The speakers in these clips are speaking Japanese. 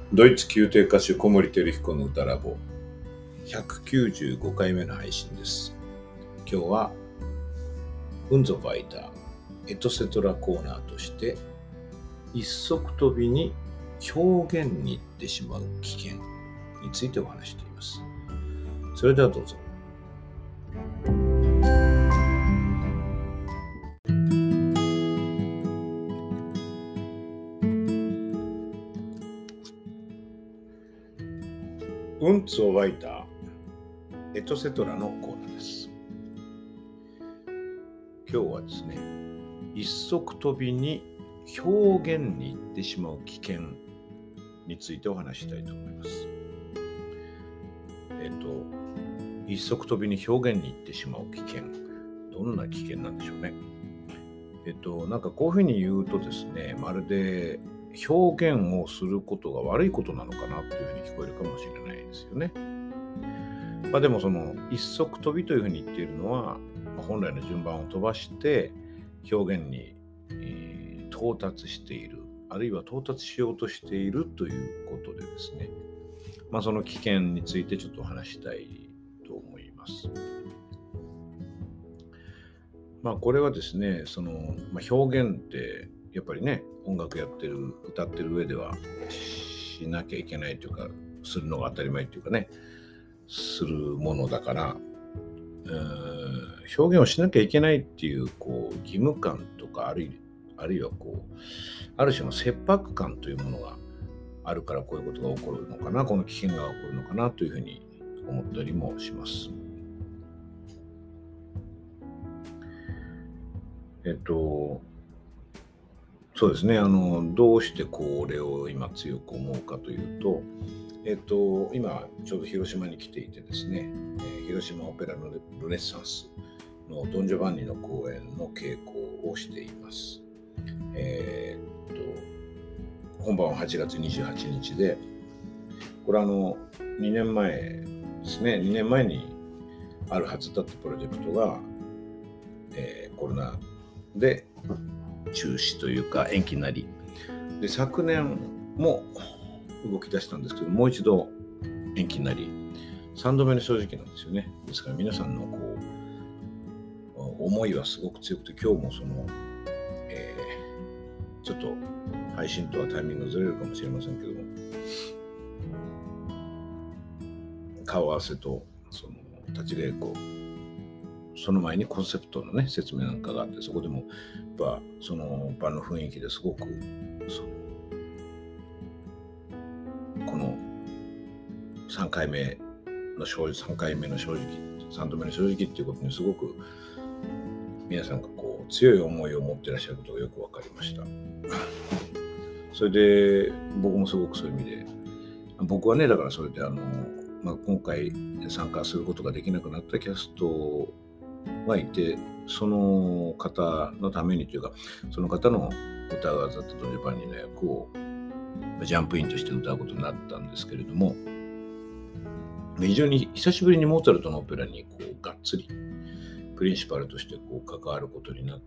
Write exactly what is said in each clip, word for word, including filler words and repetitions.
ドイツ宮廷歌手小森照彦の歌ラボひゃくきゅうじゅうごかいめの配信です。今日はウンゾバイターエトセトラコーナーとして一足飛びに表現に行ってしまう危険についてお話しています。それではどうぞ。ウンツォワイターエトセトラのコーナーです。今日はですね、一足飛びに表現に行ってしまう危険についてお話したいと思います。えっと、一足飛びに表現に行ってしまう危険、どんな危険なんでしょうね。えっと、なんかこういうふうに言うとですね、まるで表現をすることが悪いことなのかなというふうに聞こえるかもしれないですよね。まあ、でもその一足飛びというふうに言っているのは、本来の順番を飛ばして表現に、えー、到達している、あるいは到達しようとしているということでですね、まあ、その危険についてちょっとお話したいと思います。まあこれはですね、その、まあ、表現ってやっぱりね、音楽やってる、歌ってる上ではしなきゃいけないというか、するのが当たり前というかね、するものだから、うーん表現をしなきゃいけないっていう、こう義務感とか、あるいあるいはこうある種の切迫感というものがあるから、こういうことが起こるのかな、この危険が起こるのかなというふうに思ったりもします。えっとそうですね、あのどうしてこれを今強く思うかというと、えっと今ちょうど広島に来ていてですね、えー、広島オペラのルネッサンスのドン・ジョバンニの公演の稽古をしています。えー、っと本番ははちがつにじゅうはちにちで、これはあのにねんまえですね、にねんまえにあるはずだったプロジェクトが、えー、コロナで中止というか延期になり、で昨年も動き出したんですけど、もう一度延期になり、さんどめの正直なんですよね。ですから皆さんのこう思いはすごく強くて、今日もその、えー、ちょっと配信とはタイミングがずれるかもしれませんけども、顔合わせとその立ち稽古、その前にコンセプトのね説明なんかがあって、そこでもやっぱその場の雰囲気ですごくそのこのさんかいめの正直、さんかいめの正直、さんどめの正直っていうことにすごく皆さんがこう強い思いを持っていらっしゃることがよく分かりました。それで僕もすごくそういう意味で、僕はね、だからそれであの、まあ、今回参加することができなくなったキャストがいて、その方のためにというか、その方の歌う技とドン・ジョバンニの役をジャンプインとして歌うことになったんですけれども、非常に久しぶりにモーツァルトのオペラにこうがっつりプリンシパルとしてこう関わることになって、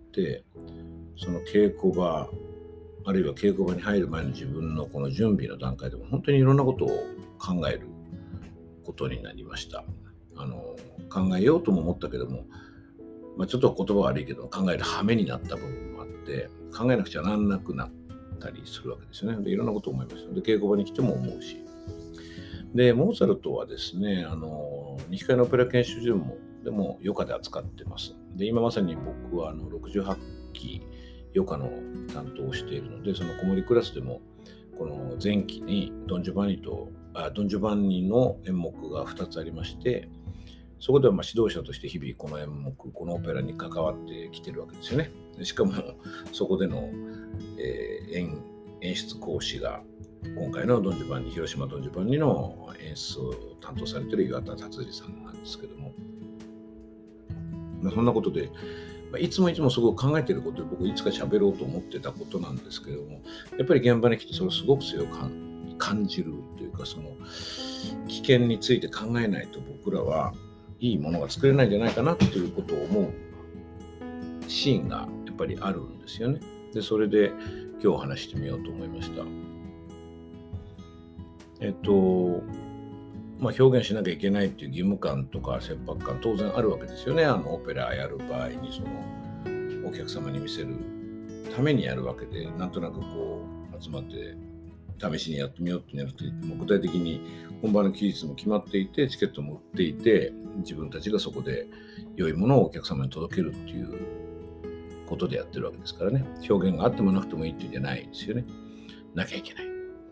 その稽古場、あるいは稽古場に入る前の自分のこの準備の段階でも本当にいろんなことを考えることになりました。あの考えようとも思ったけども、まあ、ちょっと言葉悪いけど考える羽目になった部分もあって、考えなくちゃなんなくなったりするわけですよね。でいろんなことを思いました。で稽古場に来ても思うし、でモーツァルトはですね、あの西海のオペラ研修所もでも余暇で扱ってます。で今まさに僕はあのろくじゅうはちき余暇の担当をしているので、その子守クラスでもこの前期にドン・ジョバンニとあドン・ジョバンニの演目がふたつありまして、そこではまあ指導者として日々この演目、このオペラに関わってきてるわけですよね。しかもそこでの、えー、演, 演出講師が今回のドン・ジョバンニ、広島ドン・ジョバンニの演出を担当されている岩田達治さんなんですけども、まあ、そんなことで、まあ、いつもいつもすごく考えていることで、僕いつか喋ろうと思ってたことなんですけども、やっぱり現場に来てそれをすごく強く感じるというか、その危険について考えないと僕らはいいものが作れないんじゃないかなということを思うシーンがやっぱりあるんですよね。でそれで今日話してみようと思いました。 えっとまあ、表現しなきゃいけないっていう義務感とか切迫感当然あるわけですよね。あのオペラやる場合にそのお客様に見せるためにやるわけで、なんとなくこう集まって試しにやってみようってなくて、もう具体的に本番の期日も決まっていて、チケットも売っていて、自分たちがそこで良いものをお客様に届けるっていうことでやってるわけですからね。表現があってもなくてもいいっていうんじゃないですよね。なきゃいけない。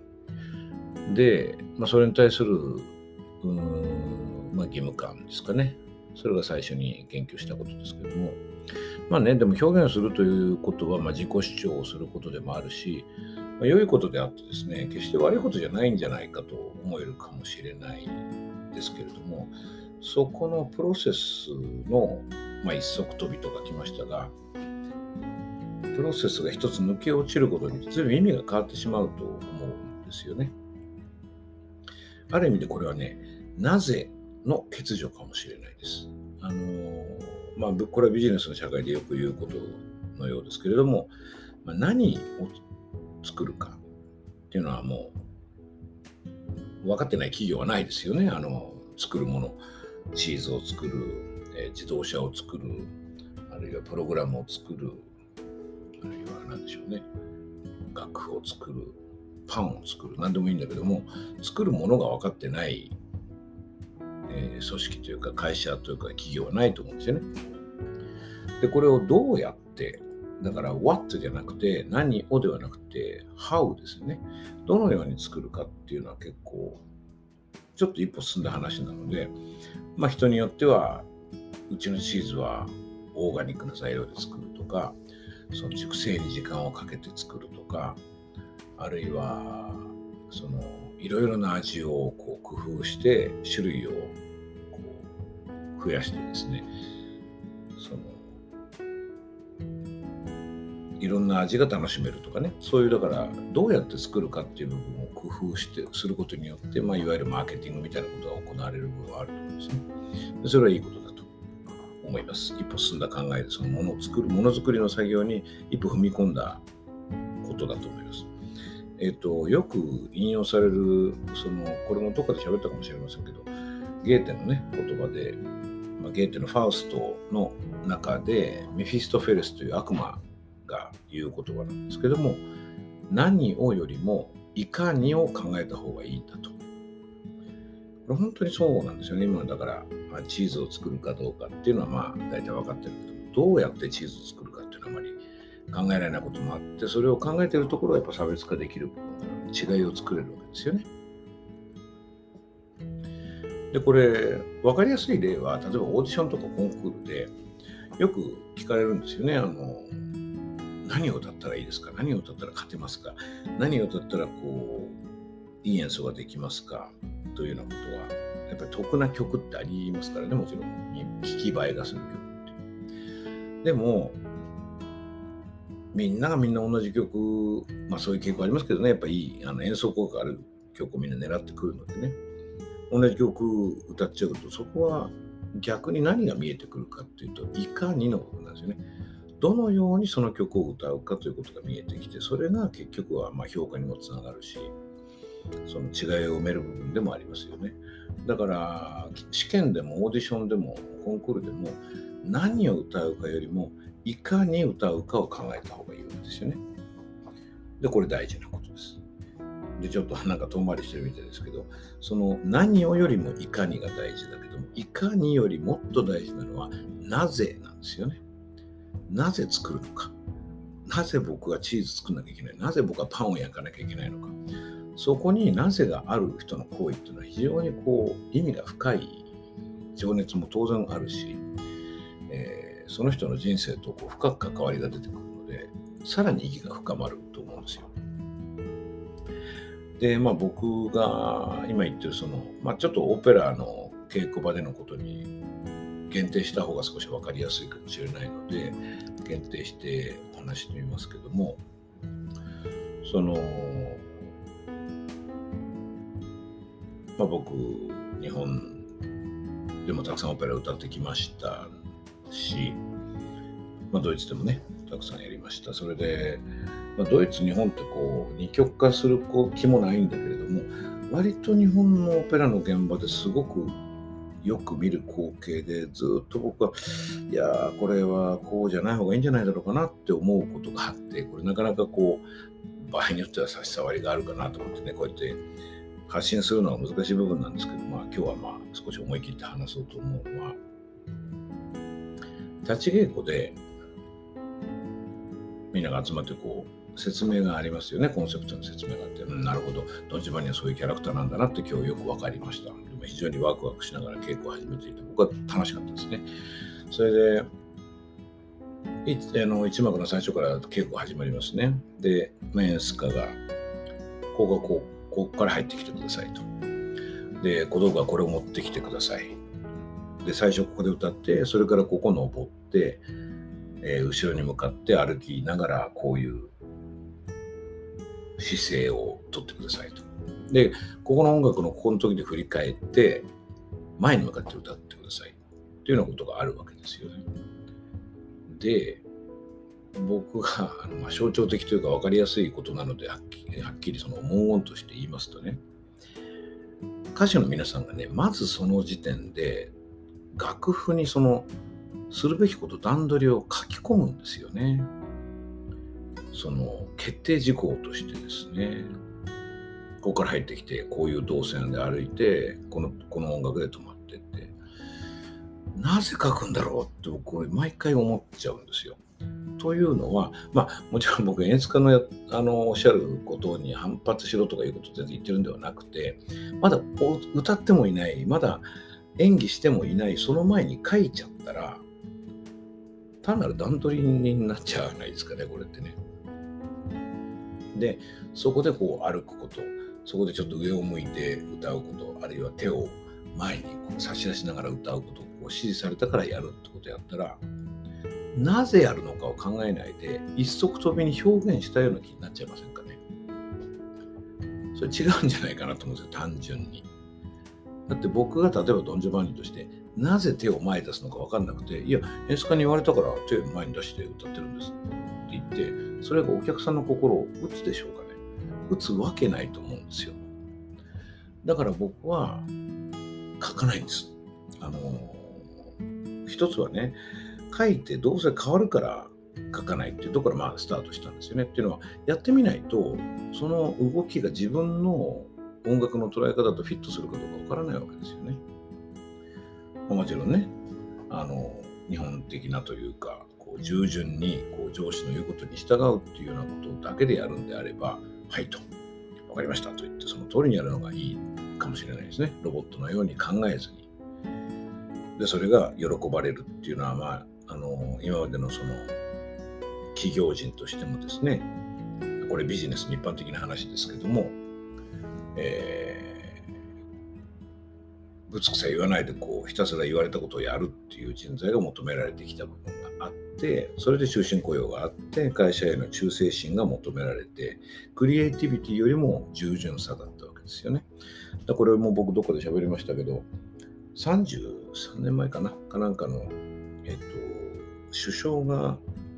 で、まあ、それに対するうーん、まあ、義務感ですかね。それが最初に言及したことですけども、まあね、でも表現をするということは、まあ、自己主張をすることでもあるし、まあ、良いことであってですね、決して悪いことじゃないんじゃないかと思えるかもしれないですけれども、そこのプロセスの、まあ、一足飛びとかきましたが、プロセスが一つ抜け落ちることに随分意味が変わってしまうと思うんですよね。ある意味でこれはね、なぜの欠如かもしれないです。あのー、まあ、これはビジネスの社会でよく言うことのようですけれども、まあ、何を作るかっていうのはもう分かってない企業はないですよね。あの作るもの、チーズを作る、えー、自動車を作る、あるいはプログラムを作る、あるいは何でしょうね、楽譜を作る、パンを作る、何でもいいんだけども、作るものが分かってない、えー、組織というか会社というか企業はないと思うんですよね。で、これをどうやって、だから what じゃなくて何をではなくて how ですよね。どのように作るかっていうのは結構ちょっと一歩進んだ話なので、まあ人によってはうちのチーズはオーガニックな材料で作るとか、その熟成に時間をかけて作るとか、あるいはそのいろいろな味をこう工夫して種類をこう増やしてですね、そのいろんな味が楽しめるとかね、そういうだからどうやって作るかっていう部分を工夫してすることによって、まあ、いわゆるマーケティングみたいなことが行われる部分はあると思うんですね。でそれはいいことだと思います。一歩進んだ考えでそのものを作るものづくりの作業に一歩踏み込んだことだと思います。えっと、よく引用される、その、これもどっかで喋ったかもしれませんけど、ゲーテのね、言葉で、まあ、ゲーテのファウストの中で、メフィストフェレスという悪魔が言う言葉なんですけども、何をよりもいかにを考えた方がいいんだと。これ本当にそうなんですよね。今だから、まあ、チーズを作るかどうかっていうのはまあ大体分かってるけど、どうやってチーズを作るかっていうのはあまり考えられないこともあって、それを考えているところはやっぱ差別化できる部分、違いを作れるわけですよね。で、これ、分かりやすい例は、例えばオーディションとかコンクールでよく聞かれるんですよね。あの、何を歌ったらいいですか？何を歌ったら勝てますか？何を歌ったらこう、いい演奏ができますか？というようなことは、やっぱり得な曲ってありますからね、もちろん。聞き映えがする曲って。でも、みんながみんな同じ曲、まあそういう傾向ありますけどね、やっぱりいいあの演奏効果がある曲をみんな狙ってくるのでね、同じ曲歌っちゃうと、そこは逆に何が見えてくるかっていうと、いかにの部分なんですよね。どのようにその曲を歌うかということが見えてきて、それが結局はまあ評価にもつながるし、その違いを埋める部分でもありますよね。だから試験でもオーディションでもコンクールでも何を歌うかよりもいかに歌うかを考えた方がいいわけですよね。で、これ大事なことです。で、ちょっとなんか遠回りしてるみたいですけど、その何をよりもいかにが大事だけども、いかによりもっと大事なのはなぜなんですよね。なぜ作るのか。なぜ僕がチーズ作んなきゃいけない。なぜ僕はパンを焼かなきゃいけないのか。そこになぜがある人の行為っていうのは非常にこう意味が深い情熱も当然あるし、えー、その人の人生とこう深く関わりが出てくるので、さらに意義が深まると思うんですよ。で、まあ僕が今言ってるその、まあちょっとオペラの稽古場でのことに限定した方が少し分かりやすいかもしれないので、限定してお話してみますけども、その、まあ僕、日本でもたくさんオペラを歌ってきましたし、まあドイツでもね、たくさんやりました。それで、まあ、ドイツ、日本ってこう二極化する気もないんだけれども、 割と日本のオペラの現場ですごくよく見る光景で、ずっと僕はいやーこれはこうじゃない方がいいんじゃないだろうかなって思うことがあって、これなかなかこう場合によっては差し障りがあるかなと思ってね、こうやって発信するのは難しい部分なんですけど、まあ今日はまあ少し思い切って話そうと思うのは、立ち稽古でみんなが集まってこう説明がありますよね。コンセプトの説明があって、うん、なるほど、ドンジバニはそういうキャラクターなんだなって今日よく分かりました。でも非常にワクワクしながら稽古を始めていて、僕は楽しかったですね。それでいあの一幕の最初から稽古始まりますね。で、メンスカがここがこうここから入ってきてくださいと。で、小道具はこれを持ってきてください。で、最初ここで歌って、それからここ登って、えー後ろに向かって歩きながらこういう姿勢をとってくださいと。で、ここの音楽のここの時で振り返って前に向かって歌ってくださいっていうようなことがあるわけですよね。で、僕があの、まあ、象徴的というか分かりやすいことなのではっきり、はっきりその文言として言いますとね、歌手の皆さんがね、まずその時点で楽譜にそのするべきこと段取りを書き込むんですよね。その決定事項としてですね、ここから入ってきてこういう動線で歩いてこのこの音楽で止まってって、なぜ書くんだろうって僕毎回思っちゃうんですよ。というのは、まあもちろん僕演出家のやあのおっしゃることに反発しろとかいうことを全然言ってるんではなくて、まだ歌ってもいない、まだ演技してもいない、その前に書いちゃったら単なる段取りになっちゃわないですかね、これってね。で、そこでこう歩くこと、そこでちょっと上を向いて歌うこと、あるいは手を前にこう差し出しながら歌うことをこう指示されたからやるってことをやったら、なぜやるのかを考えないで一足飛びに表現したような気になっちゃいませんかね。それ違うんじゃないかなと思うんですよ、単純に。だって僕が例えばドン・ジョバンニとしてなぜ手を前に出すのか分かんなくて、いや演出家に言われたから手を前に出して歌ってるんですって言って、それがお客さんの心を打つでしょうかね。打つわけないと思うんですよ。だから僕は書かないんです。あの一つはね、書いてどうせ変わるから書かないっていうところからまあスタートしたんですよね。っていうのは、やってみないとその動きが自分の音楽の捉え方とフィットするかどうかわからないわけですよね。もちろんね、あの日本的なというか、こう従順にこう上司の言うことに従うっていうようなことだけでやるんであれば、はいと、わかりましたと言ってその通りにやるのがいいかもしれないですね。ロボットのように考えずに。で、それが喜ばれるっていうのは、まあ、あの今までのその企業人としてもですね、これビジネスの一般的な話ですけども、えー、ぶつくさ言わないでこうひたすら言われたことをやるっていう人材が求められてきた部分があって、それで終身雇用があって会社への忠誠心が求められて、クリエイティビティよりも従順さだったわけですよね。だこれも僕どこで喋りましたけど、さんじゅうさんねんまえかなかなんかの、えっと、首相が、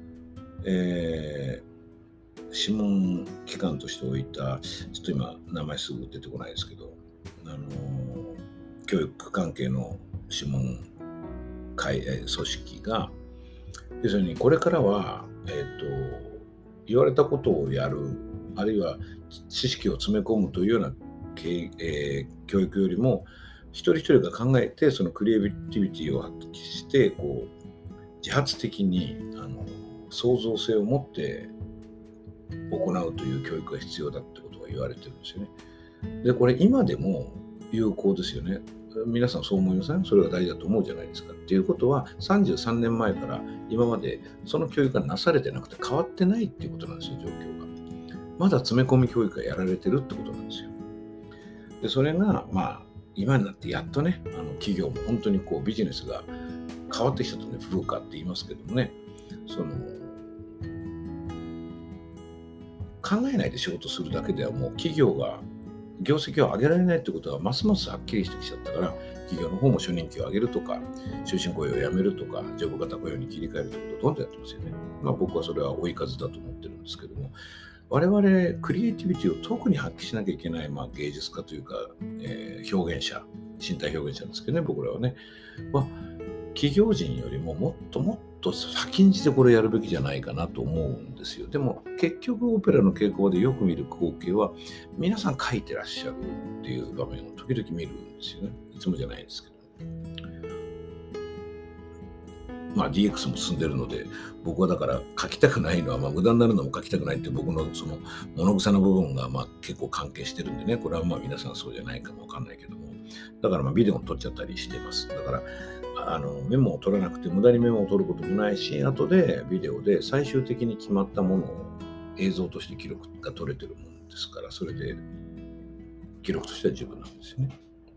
えー、諮問機関として置いた、ちょっと今名前すぐ出てこないですけど、あの教育関係の諮問会組織が、要するにこれからは、えっと、言われたことをやる、あるいは知識を詰め込むというような、えー、教育よりも、一人一人が考えてそのクリエイティビティを発揮してこう自発的にあの創造性を持って行うという教育が必要だってことが言われてるんですよね。で、これ今でも有効ですよね。皆さんそう思いません？それが大事だと思うじゃないですか。っていうことはさんじゅうさんねんまえから今までその教育がなされてなくて変わってないっていうことなんですよ、状況が。まだ詰め込み教育がやられてるってことなんですよ。で、それがまあ今になってやっとね、あの企業も本当にこうビジネスが変わってきたとね、フーカって言いますけどもね、その考えないで仕事するだけではもう企業が業績を上げられないってことはますますはっきりしてきちゃったから、企業の方も初任給を上げるとか、終身雇用をやめるとか、ジョブ型雇用に切り替えるということをどんどんやってますよね。まあ僕はそれは追い風だと思ってるんですけども、 我々クリエイティビティを特に発揮しなきゃいけない、まあ、芸術家というか、えー表現者、身体表現者ですけどね、僕らはね、は企業人よりももっともっと先んじてこれやるべきじゃないかなと思うんですよ。でも結局オペラの稽古場でよく見る光景は皆さん書いてらっしゃるっていう場面を時々見るんですよね。いつもじゃないですけど。まあ ディーエックス も進んでるので、僕はだから書きたくないのは、まあ無駄になるのも書きたくないっていう僕のその物臭な部分がまあ結構関係してるんでね、これはまあ皆さんそうじゃないかもわかんないけども、だからまあビデオを撮っちゃったりしてます。だからあのメモを取らなくて無駄にメモを取ることもないし、後でビデオで最終的に決まったものを映像として記録が取れてるものですから、それで記録としては十分なんですよね。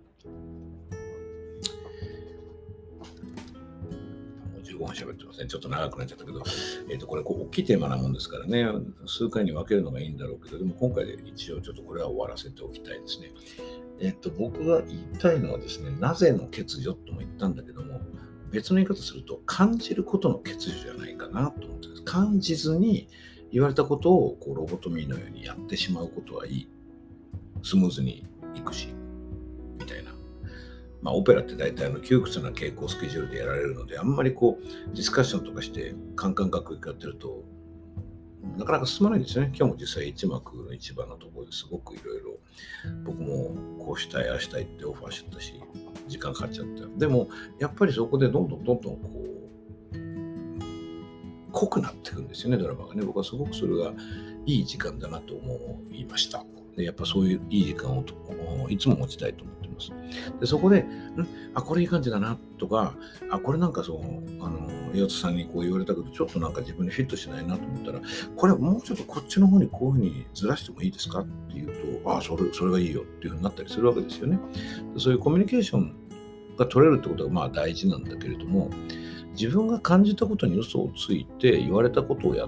じゅうごふん喋ってますね。ちょっと長くなっちゃったけど、えー、とこれこう大きいテーマなもんですからね、数回に分けるのがいいんだろうけど、でも今回で一応ちょっとこれは終わらせておきたいですね。えっ、と、僕が言いたいのはですね、なぜの欠如とも言ったんだけども、別の言い方すると、感じることの欠如じゃないかなと思ってます。感じずに言われたことをこうロボトミーのようにやってしまうことはいい。スムーズにいくし、みたいな。まあ、オペラって大体あの窮屈な傾向スケジュールでやられるので、あんまりこうディスカッションとかしてカンカンカクやってるとなかなか進まないんですよね。今日も実際一幕の一番のところですごくいろいろ僕もこうしたいああしたいってオファーしてたし、時間かかっちゃった。でもやっぱりそこでどんどんどんどんこう濃くなっていくんですよね、ドラマがね。僕はすごくそれがいい時間だなと思いました。でやっぱそういういい時間をいつも持ちたいと思ってます。でそこで、んあ、これいい感じだなとか、あ、これなんかそう、あの、岩田さんにこう言われたけど、ちょっとなんか自分にフィットしないなと思ったら、これもうちょっとこっちの方にこういうふうにずらしてもいいですかっていうと、あ、それ、それがいいよっていうふうになったりするわけですよね。そういうコミュニケーションが取れるってことがまあ大事なんだけれども、自分が感じたことに嘘をついて言われたことをやって、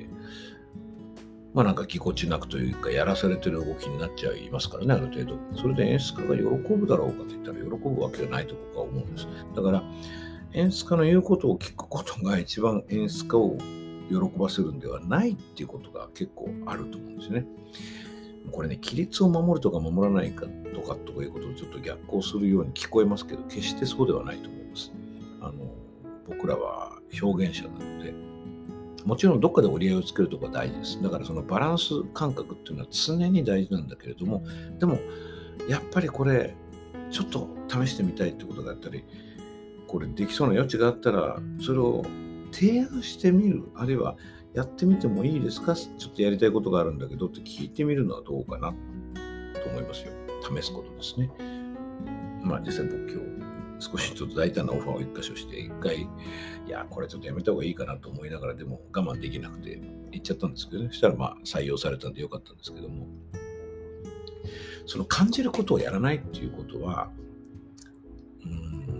まあなんかぎこちなくというか、やらされてる動きになっちゃいますからね、ある程度。それで演出家が喜ぶだろうかと言ったら、喜ぶわけがないと僕は思うんです。だから、演出家の言うことを聞くことが一番演出家を喜ばせるんではないっていうことが結構あると思うんですね。これね、規律を守るとか守らないかとかということをちょっと逆行するように聞こえますけど、決してそうではないと思います。あの、僕らは表現者なので、もちろんどっかで折り合いをつけるところは大事です。だからそのバランス感覚っていうのは常に大事なんだけれども、でもやっぱりこれちょっと試してみたいってことがあったり、これできそうな余地があったらそれを提案してみる、あるいはやってみてもいいですか、ちょっとやりたいことがあるんだけどって聞いてみるのはどうかなと思いますよ。試すことですね。まあ実際僕今日少しちょっと大胆なオファーを一箇所して、一回、いや、これちょっとやめた方がいいかなと思いながら、でも我慢できなくて行っちゃったんですけどね。そしたらまあ採用されたんでよかったんですけども、その感じることをやらないっていうことは、うーん、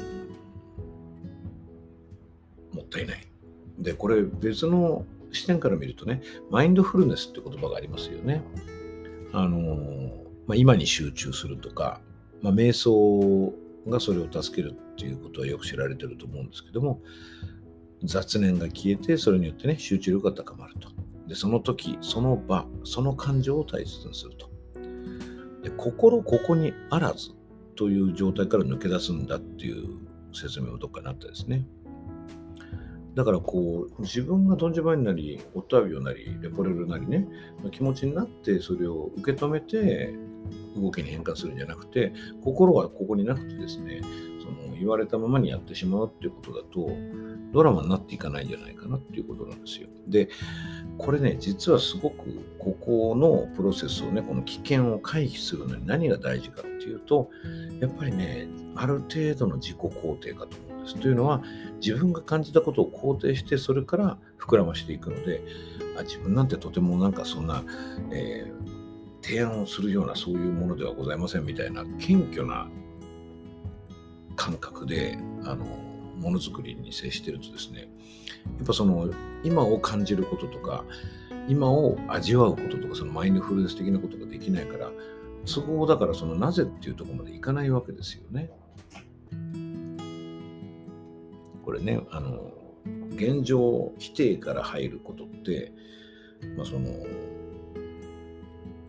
もったいない。で、これ別の視点から見るとね、マインドフルネスって言葉がありますよね。あの、まあ、今に集中するとか、まあ、瞑想がそれを助けるっていうことはよく知られてると思うんですけども、雑念が消えて、それによってね、集中力が高まると。で、その時、その場、その感情を大切にすると。で、心ここにあらずという状態から抜け出すんだっていう説明もどっかにあったですね。だからこう、自分がドンジャバイになり、オッタービオなり、レポレルなりね、気持ちになってそれを受け止めて動きに変化するんじゃなくて、心はここになくてですね、その言われたままにやってしまうっていうことだと、ドラマになっていかないんじゃないかなっていうことなんですよ。で、これね、実はすごくここのプロセスをね、この危険を回避するのに何が大事かっていうと、やっぱりね、ある程度の自己肯定かと思うんです。というのは、自分が感じたことを肯定して、それから膨らましていくので、あ、自分なんてとてもなんかそんな、えー、提案をするようなそういうものではございませんみたいな謙虚な感覚で、あの、ものづくりに接しているとですね、やっぱその今を感じることとか、今を味わうこととか、そのマインドフルネス的なことができないから、都合だからそのなぜっていうところまでいかないわけですよね。これね、あの、現状否定から入ることって、まあその、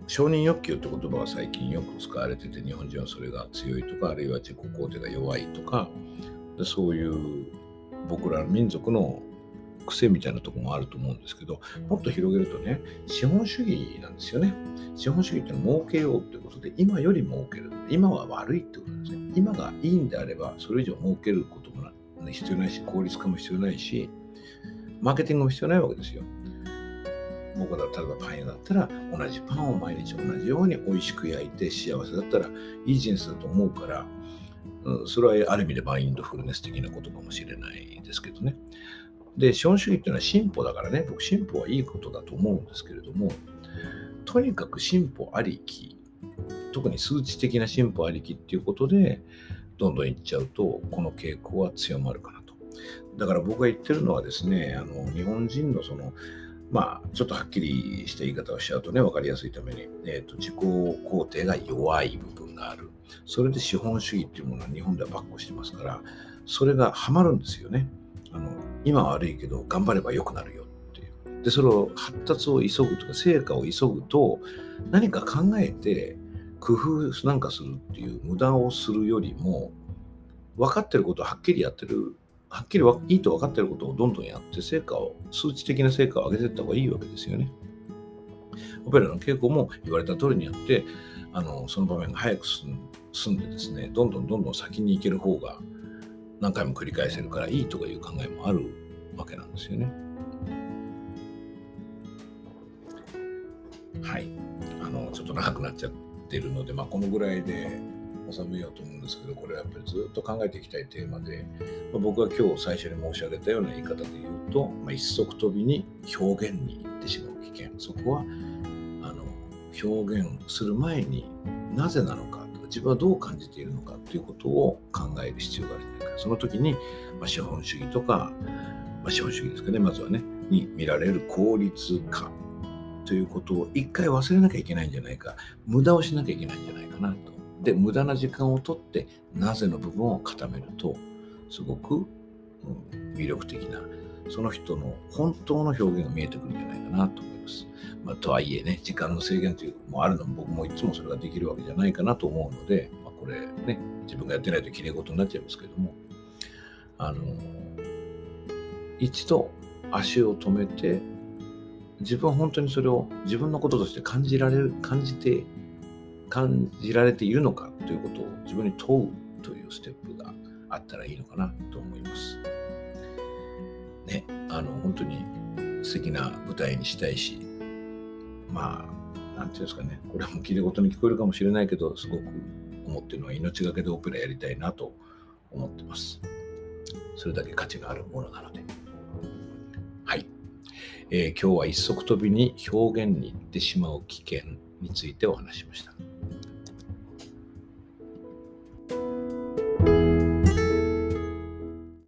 承認欲求って言葉が最近よく使われてて、日本人はそれが強いとか、あるいは自己肯定が弱いとか、でそういう僕らの民族の癖みたいなところもあると思うんですけど、もっと広げるとね、資本主義なんですよね。資本主義ってのは儲けようってことで、今より儲ける。今は悪いってことなんですね。今がいいんであれば、それ以上儲けることも必要ないし、効率化も必要ないし、マーケティングも必要ないわけですよ。僕は例えばパン屋だったら、同じパンを毎日同じように美味しく焼いて幸せだったらいい人生だと思うから、うん、それはある意味でマインドフルネス的なことかもしれないですけどね。で、資本主義っていうのは進歩だからね、僕進歩はいいことだと思うんですけれども、とにかく進歩ありき、特に数値的な進歩ありきっていうことで、どんどんいっちゃうと、この傾向は強まるかなと。だから僕が言ってるのはですね、あの日本人のその、まあ、ちょっとはっきりした言い方をしちゃうとね、分かりやすいために、えーと、自己肯定が弱い部分がある。それで資本主義っていうものは日本ではばっこしてますから、それがハマるんですよね。あの今は悪いけど、頑張れば良くなるよっていう。で、それを発達を急ぐとか、成果を急ぐと、何か考えて工夫なんかするっていう無駄をするよりも、分かってることをはっきりやってる、はっきりいいと分かってることをどんどんやって、成果を、数値的な成果を上げていった方がいいわけですよね。オペラの稽古も言われた通りにやって、あのその場面が早く進んでですね、どんどんどんどん先に行ける方が何回も繰り返せるからいいとかいう考えもあるわけなんですよね。はい。あの、ちょっと長くなっちゃってるので、まあ、このぐらいで収めようと思うんですけど、これはやっぱりずっと考えていきたいテーマで、まあ、僕は今日最初に申し上げたような言い方で言うと、まあ、一足飛びに表現に行ってしまう危険。そこは、あの、表現する前になぜなのか、自分はどう感じているのかということを考える必要があるんじゃないか。その時に、まあ、資本主義とか、まあ、資本主義ですかね、まずはね、に見られる効率化ということを一回忘れなきゃいけないんじゃないか、無駄をしなきゃいけないんじゃないかなと。で、無駄な時間をとって、なぜの部分を固めると、すごく、うん、魅力的な、その人の本当の表現が見えてくるんじゃないかなと思います。まあ、とはいえね、時間の制限というのもあるのも、僕もいつもそれができるわけじゃないかなと思うので、まあ、これね、自分がやってないときれい事になっちゃいますけども、あの、一度足を止めて、自分は本当にそれを自分のこととして感じられる、感じて、感じられているのかということを自分に問うというステップがあったらいいのかなと思います。ね、あの、本当に素敵な舞台にしたいし、まあ、なんていうんですかね、これもきれい事に聞こえるかもしれないけど、すごく思っているのは命がけでオペラやりたいなと思ってます。それだけ価値があるものなので。はい。えー、今日は一足飛びに表現に行ってしまう危険についてお話ししました。